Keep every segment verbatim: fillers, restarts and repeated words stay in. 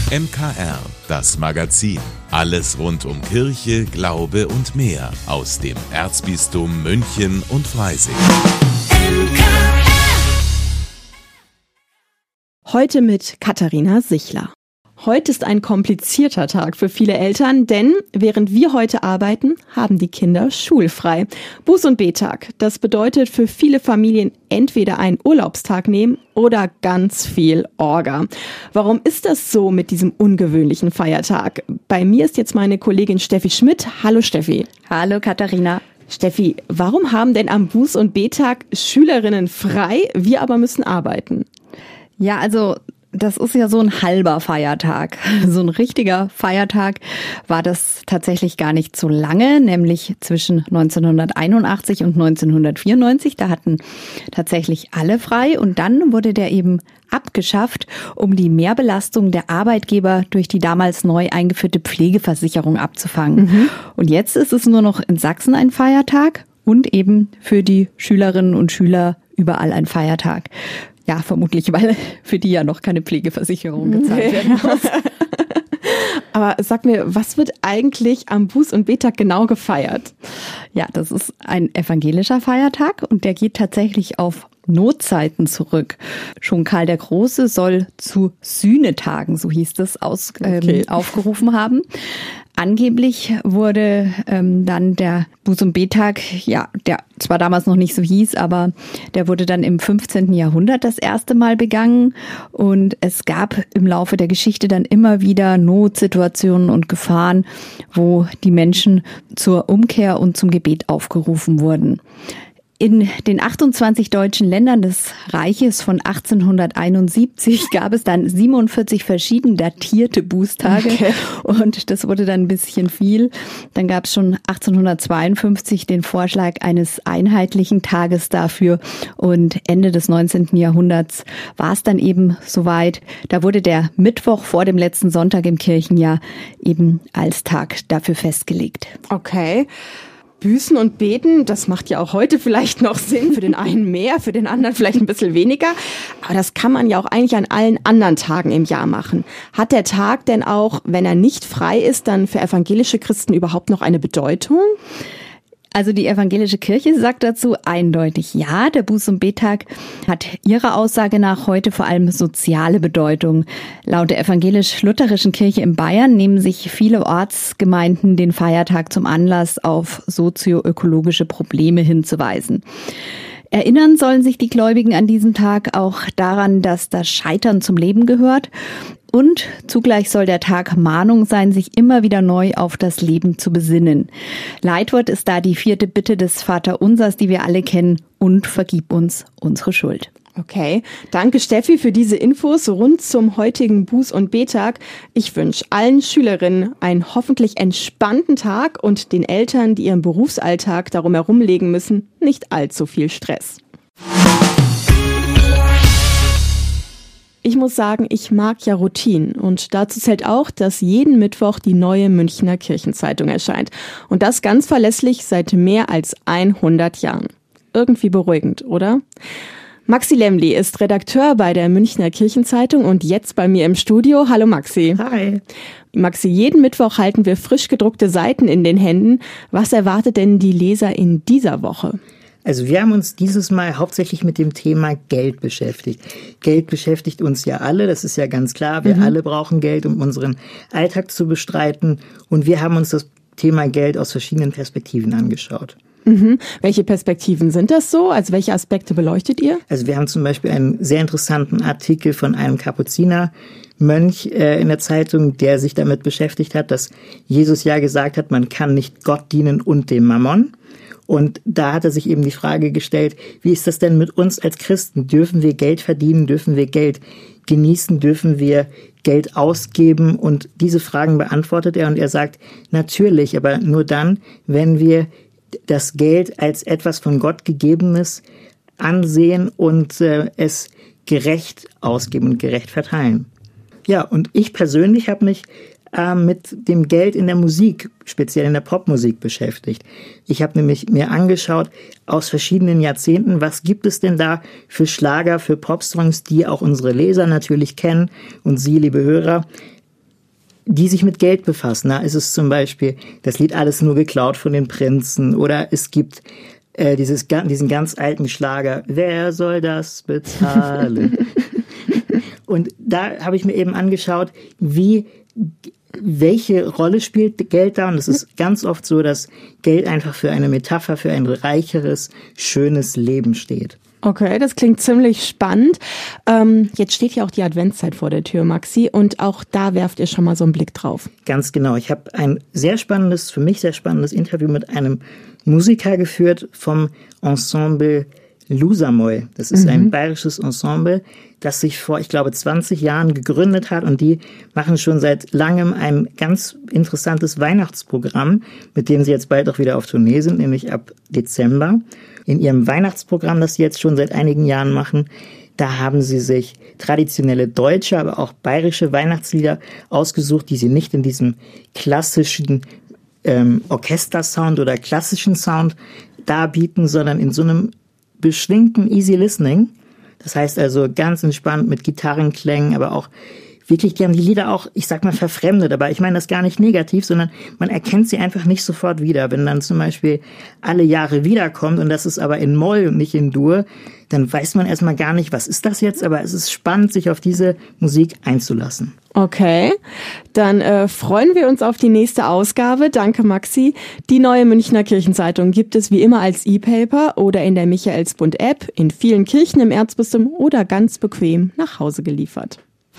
M K R, das Magazin. Alles rund um Kirche, Glaube und mehr aus dem Erzbistum München und Freising. Heute mit Katharina Sichler. Heute ist ein komplizierter Tag für viele Eltern, denn während wir heute arbeiten, haben die Kinder schulfrei. Buß- und Bettag, das bedeutet für viele Familien entweder einen Urlaubstag nehmen oder ganz viel Orga. Warum ist das so mit diesem ungewöhnlichen Feiertag? Bei mir ist jetzt meine Kollegin Steffi Schmidt. Hallo Steffi. Hallo Katharina. Steffi, warum haben denn am Buß- und Bettag Schülerinnen frei, wir aber müssen arbeiten? Ja, also das ist ja so ein halber Feiertag. So ein richtiger Feiertag war das tatsächlich gar nicht so lange, nämlich zwischen neunzehnhunderteinundachtzig und neunzehnhundertvierundneunzig. Da hatten tatsächlich alle frei und dann wurde der eben abgeschafft, um die Mehrbelastung der Arbeitgeber durch die damals neu eingeführte Pflegeversicherung abzufangen. Mhm. Und jetzt ist es nur noch in Sachsen ein Feiertag und eben für die Schülerinnen und Schüler überall ein Feiertag. Ja, vermutlich, weil für die ja noch keine Pflegeversicherung gezahlt werden muss. Aber sag mir, was wird eigentlich am Buß- und Bettag genau gefeiert? Ja, das ist ein evangelischer Feiertag und der geht tatsächlich auf Notzeiten zurück. Schon Karl der Große soll zu Sühnetagen, so hieß es, aus, okay. ähm, aufgerufen haben. Angeblich wurde ähm, dann der Buß- und Bettag, ja, der zwar damals noch nicht so hieß, aber der wurde dann im fünfzehnten Jahrhundert das erste Mal begangen und es gab im Laufe der Geschichte dann immer wieder Notsituationen und Gefahren, wo die Menschen zur Umkehr und zum Gebet aufgerufen wurden. In den achtundzwanzig deutschen Ländern des Reiches von achtzehnhunderteinundsiebzig gab es dann siebenundvierzig verschieden datierte Bußtage okay. und das wurde dann ein bisschen viel. Dann gab es schon achtzehnhundertzweiundfünfzig den Vorschlag eines einheitlichen Tages dafür und Ende des neunzehnten Jahrhunderts war es dann eben soweit. Da wurde der Mittwoch vor dem letzten Sonntag im Kirchenjahr eben als Tag dafür festgelegt. Okay. Büßen und beten, das macht ja auch heute vielleicht noch Sinn, für den einen mehr, für den anderen vielleicht ein bisschen weniger. Aber das kann man ja auch eigentlich an allen anderen Tagen im Jahr machen. Hat der Tag denn auch, wenn er nicht frei ist, dann für evangelische Christen überhaupt noch eine Bedeutung? Also die evangelische Kirche sagt dazu eindeutig ja. Der Buß- und Bettag hat ihrer Aussage nach heute vor allem soziale Bedeutung. Laut der evangelisch-lutherischen Kirche in Bayern nehmen sich viele Ortsgemeinden den Feiertag zum Anlass, auf sozioökologische Probleme hinzuweisen. Erinnern sollen sich die Gläubigen an diesem Tag auch daran, dass das Scheitern zum Leben gehört. Und zugleich soll der Tag Mahnung sein, sich immer wieder neu auf das Leben zu besinnen. Leitwort ist da die vierte Bitte des Vaterunsers, die wir alle kennen. Und vergib uns unsere Schuld. Okay, danke Steffi für diese Infos rund zum heutigen Buß- und Bettag. Ich wünsche allen Schülerinnen einen hoffentlich entspannten Tag und den Eltern, die ihren Berufsalltag darum herumlegen müssen, nicht allzu viel Stress. Ich muss sagen, ich mag ja Routinen und dazu zählt auch, dass jeden Mittwoch die neue Münchner Kirchenzeitung erscheint. Und das ganz verlässlich seit mehr als hundert Jahren. Irgendwie beruhigend, oder? Maxi Lemli ist Redakteur bei der Münchner Kirchenzeitung und jetzt bei mir im Studio. Hallo Maxi. Hi. Maxi, jeden Mittwoch halten wir frisch gedruckte Seiten in den Händen. Was erwartet denn die Leser in dieser Woche? Also wir haben uns dieses Mal hauptsächlich mit dem Thema Geld beschäftigt. Geld beschäftigt uns ja alle, das ist ja ganz klar. Wir mhm. alle brauchen Geld, um unseren Alltag zu bestreiten. Und wir haben uns das Thema Geld aus verschiedenen Perspektiven angeschaut. Mhm. Welche Perspektiven sind das so? Also welche Aspekte beleuchtet ihr? Also wir haben zum Beispiel einen sehr interessanten Artikel von einem Kapuzinermönch äh, in der Zeitung, der sich damit beschäftigt hat, dass Jesus ja gesagt hat, man kann nicht Gott dienen und dem Mammon. Und da hat er sich eben die Frage gestellt, wie ist das denn mit uns als Christen? Dürfen wir Geld verdienen? Dürfen wir Geld genießen? Dürfen wir Geld ausgeben? Und diese Fragen beantwortet er und er sagt, natürlich, aber nur dann, wenn wir das Geld als etwas von Gott Gegebenes ansehen und äh, es gerecht ausgeben und gerecht verteilen. Ja, und ich persönlich habe mich äh, mit dem Geld in der Musik, speziell in der Popmusik beschäftigt. Ich habe nämlich mir angeschaut, aus verschiedenen Jahrzehnten, was gibt es denn da für Schlager, für Popsongs, die auch unsere Leser natürlich kennen und Sie, liebe Hörer. die sich mit Geld befassen. Da ist es zum Beispiel das Lied Alles nur geklaut von den Prinzen oder es gibt äh, dieses, diesen ganz alten Schlager, wer soll das bezahlen? Und da habe ich mir eben angeschaut, wie welche Rolle spielt Geld da? Und es ist ganz oft so, dass Geld einfach für eine Metapher, für ein reicheres, schönes Leben steht. Okay, das klingt ziemlich spannend. Ähm, jetzt steht ja auch die Adventszeit vor der Tür, Maxi, und auch da werft ihr schon mal so einen Blick drauf. Ganz genau. Ich habe ein sehr spannendes, für mich sehr spannendes Interview mit einem Musiker geführt vom Ensemble Lusamoy. Das ist mhm. ein bayerisches Ensemble, das sich vor, ich glaube, zwanzig Jahren gegründet hat und die machen schon seit langem ein ganz interessantes Weihnachtsprogramm, mit dem sie jetzt bald auch wieder auf Tournee sind, nämlich ab Dezember. In ihrem Weihnachtsprogramm, das sie jetzt schon seit einigen Jahren machen, da haben sie sich traditionelle deutsche, aber auch bayerische Weihnachtslieder ausgesucht, die sie nicht in diesem klassischen ähm, Orchestersound oder klassischen Sound darbieten, sondern in so einem beschwingten Easy Listening. Das heißt also ganz entspannt mit Gitarrenklängen, aber auch wirklich, die haben die Lieder auch, ich sag mal, verfremdet. Aber ich meine das gar nicht negativ, sondern man erkennt sie einfach nicht sofort wieder. Wenn dann zum Beispiel Alle Jahre wiederkommt und das ist aber in Moll und nicht in Dur, dann weiß man erstmal gar nicht, was ist das jetzt, aber es ist spannend, sich auf diese Musik einzulassen. Okay, dann äh, freuen wir uns auf die nächste Ausgabe. Danke, Maxi. Die neue Münchner Kirchenzeitung gibt es wie immer als E-Paper oder in der Michaelsbund-App, in vielen Kirchen im Erzbistum oder ganz bequem nach Hause geliefert.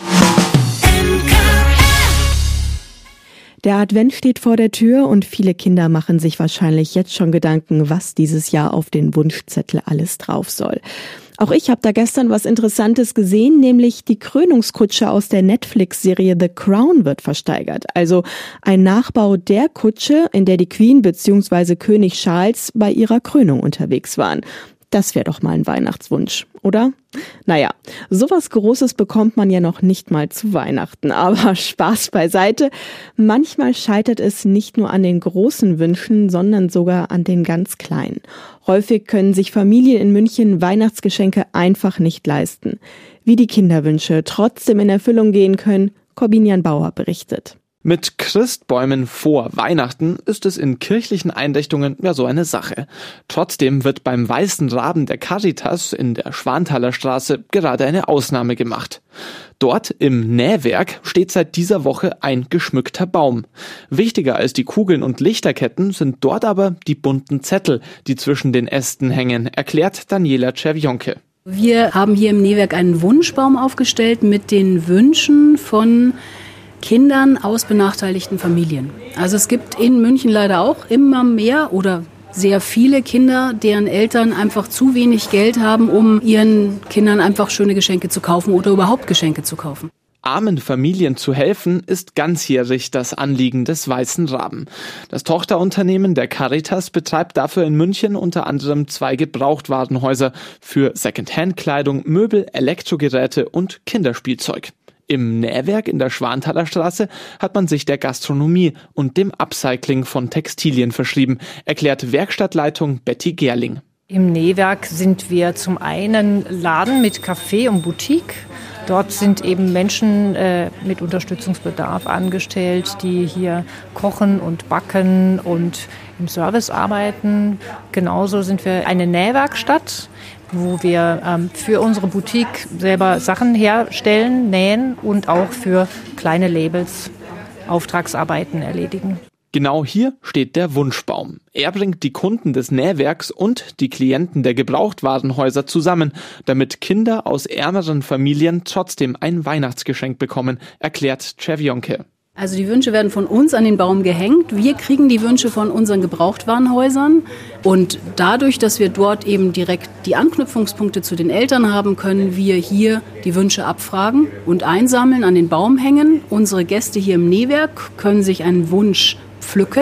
Der Advent steht vor der Tür und viele Kinder machen sich wahrscheinlich jetzt schon Gedanken, was dieses Jahr auf den Wunschzettel alles drauf soll. Auch ich habe da gestern was Interessantes gesehen, nämlich die Krönungskutsche aus der Netflix-Serie The Crown wird versteigert. Also ein Nachbau der Kutsche, in der die Queen bzw. König Charles bei ihrer Krönung unterwegs waren. Das wäre doch mal ein Weihnachtswunsch, oder? Naja, sowas Großes bekommt man ja noch nicht mal zu Weihnachten. Aber Spaß beiseite. Manchmal scheitert es nicht nur an den großen Wünschen, sondern sogar an den ganz kleinen. Häufig können sich Familien in München Weihnachtsgeschenke einfach nicht leisten. Wie die Kinderwünsche trotzdem in Erfüllung gehen können, Corbinian Bauer berichtet. Mit Christbäumen vor Weihnachten ist es in kirchlichen Einrichtungen ja so eine Sache. Trotzdem wird beim Weißen Raben der Caritas in der Schwanthaler Straße gerade eine Ausnahme gemacht. Dort im Nähwerk steht seit dieser Woche ein geschmückter Baum. Wichtiger als die Kugeln und Lichterketten sind dort aber die bunten Zettel, die zwischen den Ästen hängen, erklärt Daniela Czerwionke. Wir haben hier im Nähwerk einen Wunschbaum aufgestellt mit den Wünschen von Kindern aus benachteiligten Familien. Also es gibt in München leider auch immer mehr oder sehr viele Kinder, deren Eltern einfach zu wenig Geld haben, um ihren Kindern einfach schöne Geschenke zu kaufen oder überhaupt Geschenke zu kaufen. Armen Familien zu helfen, ist ganzjährig das Anliegen des Weißen Raben. Das Tochterunternehmen der Caritas betreibt dafür in München unter anderem zwei Gebrauchtwarenhäuser für Secondhand-Kleidung, Möbel, Elektrogeräte und Kinderspielzeug. Im Nähwerk in der Schwanthaler Straße hat man sich der Gastronomie und dem Upcycling von Textilien verschrieben, erklärt Werkstattleitung Betty Gerling. Im Nähwerk sind wir zum einen Laden mit Café und Boutique. Dort sind eben Menschen äh, mit Unterstützungsbedarf angestellt, die hier kochen und backen und im Service arbeiten. Genauso sind wir eine Nähwerkstatt, wo wir ähm, für unsere Boutique selber Sachen herstellen, nähen und auch für kleine Labels Auftragsarbeiten erledigen. Genau hier steht der Wunschbaum. Er bringt die Kunden des Nähwerks und die Klienten der Gebrauchtwarenhäuser zusammen, damit Kinder aus ärmeren Familien trotzdem ein Weihnachtsgeschenk bekommen, erklärt Czerwionke. Also die Wünsche werden von uns an den Baum gehängt. Wir kriegen die Wünsche von unseren Gebrauchtwarenhäusern. Und dadurch, dass wir dort eben direkt die Anknüpfungspunkte zu den Eltern haben, können wir hier die Wünsche abfragen und einsammeln, an den Baum hängen. Unsere Gäste hier im Nähwerk können sich einen Wunsch pflücken.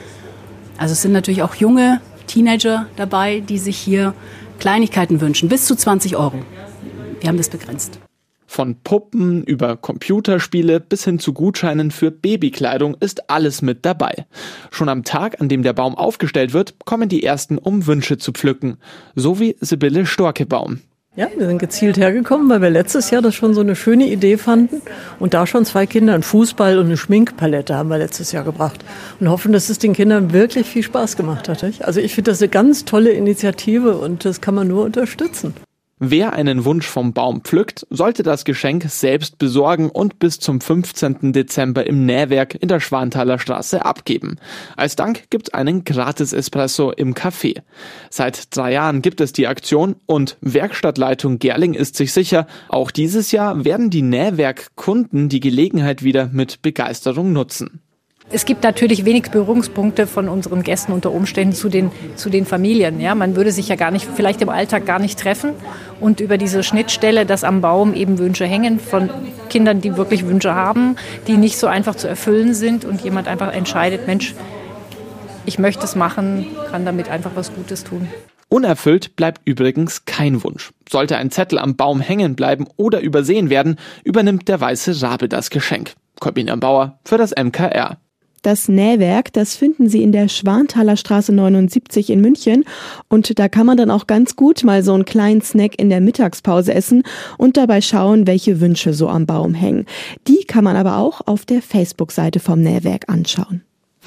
Also es sind natürlich auch junge Teenager dabei, die sich hier Kleinigkeiten wünschen. Bis zu zwanzig Euro. Wir haben das begrenzt. Von Puppen über Computerspiele bis hin zu Gutscheinen für Babykleidung ist alles mit dabei. Schon am Tag, an dem der Baum aufgestellt wird, kommen die Ersten, um Wünsche zu pflücken. So wie Sibylle Storkebaum. Ja, wir sind gezielt hergekommen, weil wir letztes Jahr das schon so eine schöne Idee fanden und da schon zwei Kinder einen Fußball und eine Schminkpalette haben wir letztes Jahr gebracht und hoffen, dass es den Kindern wirklich viel Spaß gemacht hat. Also ich finde das eine ganz tolle Initiative und das kann man nur unterstützen. Wer einen Wunsch vom Baum pflückt, sollte das Geschenk selbst besorgen und bis zum fünfzehnten Dezember im Nähwerk in der Schwanthaler Straße abgeben. Als Dank gibt's einen Gratis-Espresso im Café. Seit drei Jahren gibt es die Aktion und Werkstattleitung Gerling ist sich sicher, auch dieses Jahr werden die Nähwerkkunden die Gelegenheit wieder mit Begeisterung nutzen. Es gibt natürlich wenig Berührungspunkte von unseren Gästen unter Umständen zu den, zu den Familien. Ja, man würde sich ja gar nicht, vielleicht im Alltag gar nicht treffen. Und über diese Schnittstelle, dass am Baum eben Wünsche hängen von Kindern, die wirklich Wünsche haben, die nicht so einfach zu erfüllen sind und jemand einfach entscheidet, Mensch, ich möchte es machen, kann damit einfach was Gutes tun. Unerfüllt bleibt übrigens kein Wunsch. Sollte ein Zettel am Baum hängen bleiben oder übersehen werden, übernimmt der weiße Rabe das Geschenk. Corbinian Bauer für das M K R. Das Nähwerk, das finden Sie in der Schwanthaler Straße neunundsiebzig in München und da kann man dann auch ganz gut mal so einen kleinen Snack in der Mittagspause essen und dabei schauen, welche Wünsche so am Baum hängen. Die kann man aber auch auf der Facebook-Seite vom Nähwerk anschauen.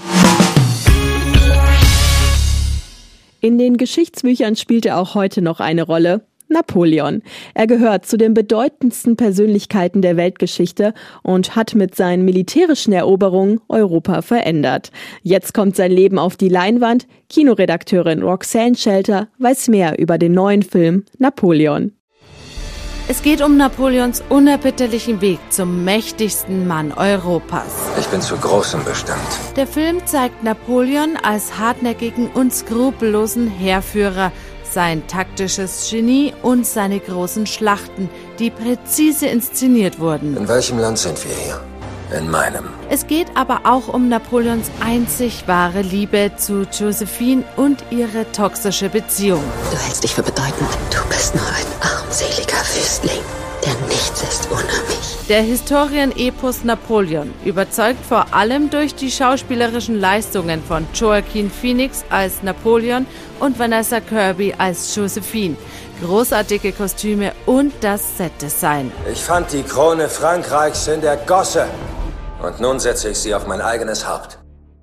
In den Geschichtsbüchern spielt er auch heute noch eine Rolle. Napoleon. Er gehört zu den bedeutendsten Persönlichkeiten der Weltgeschichte und hat mit seinen militärischen Eroberungen Europa verändert. Jetzt kommt sein Leben auf die Leinwand. Kinoredakteurin Roxanne Shelter weiß mehr über den neuen Film Napoleon. Es geht um Napoleons unerbittlichen Weg zum mächtigsten Mann Europas. Ich bin zu Großem bestimmt. Der Film zeigt Napoleon als hartnäckigen und skrupellosen Heerführer, sein taktisches Genie und seine großen Schlachten, die präzise inszeniert wurden. In welchem Land sind wir hier? In meinem. Es geht aber auch um Napoleons einzig wahre Liebe zu Josephine und ihre toxische Beziehung. Du hältst dich für bedeutend. Du bist nur ein armseliger Wüstling, der nichts ist ohne mich. Der Historienepos Napoleon überzeugt vor allem durch die schauspielerischen Leistungen von Joaquin Phoenix als Napoleon und Vanessa Kirby als Josephine. Großartige Kostüme und das Setdesign. Ich fand die Krone Frankreichs in der Gosse. Und nun setze ich sie auf mein eigenes Haupt.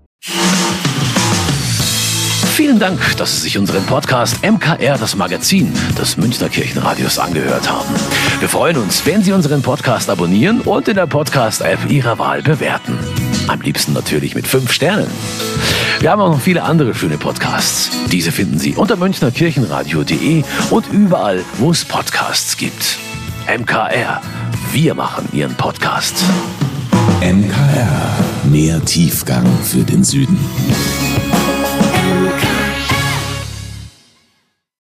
Vielen Dank, dass Sie sich unseren Podcast M K R, das Magazin des Münchner Kirchenradios, angehört haben. Wir freuen uns, wenn Sie unseren Podcast abonnieren und in der Podcast-App Ihrer Wahl bewerten. Am liebsten natürlich mit fünf Sternen. Wir haben auch noch viele andere schöne Podcasts. Diese finden Sie unter münchner kirchenradio punkt de und überall, wo es Podcasts gibt. M K R, wir machen Ihren Podcast. M K R, mehr Tiefgang für den Süden.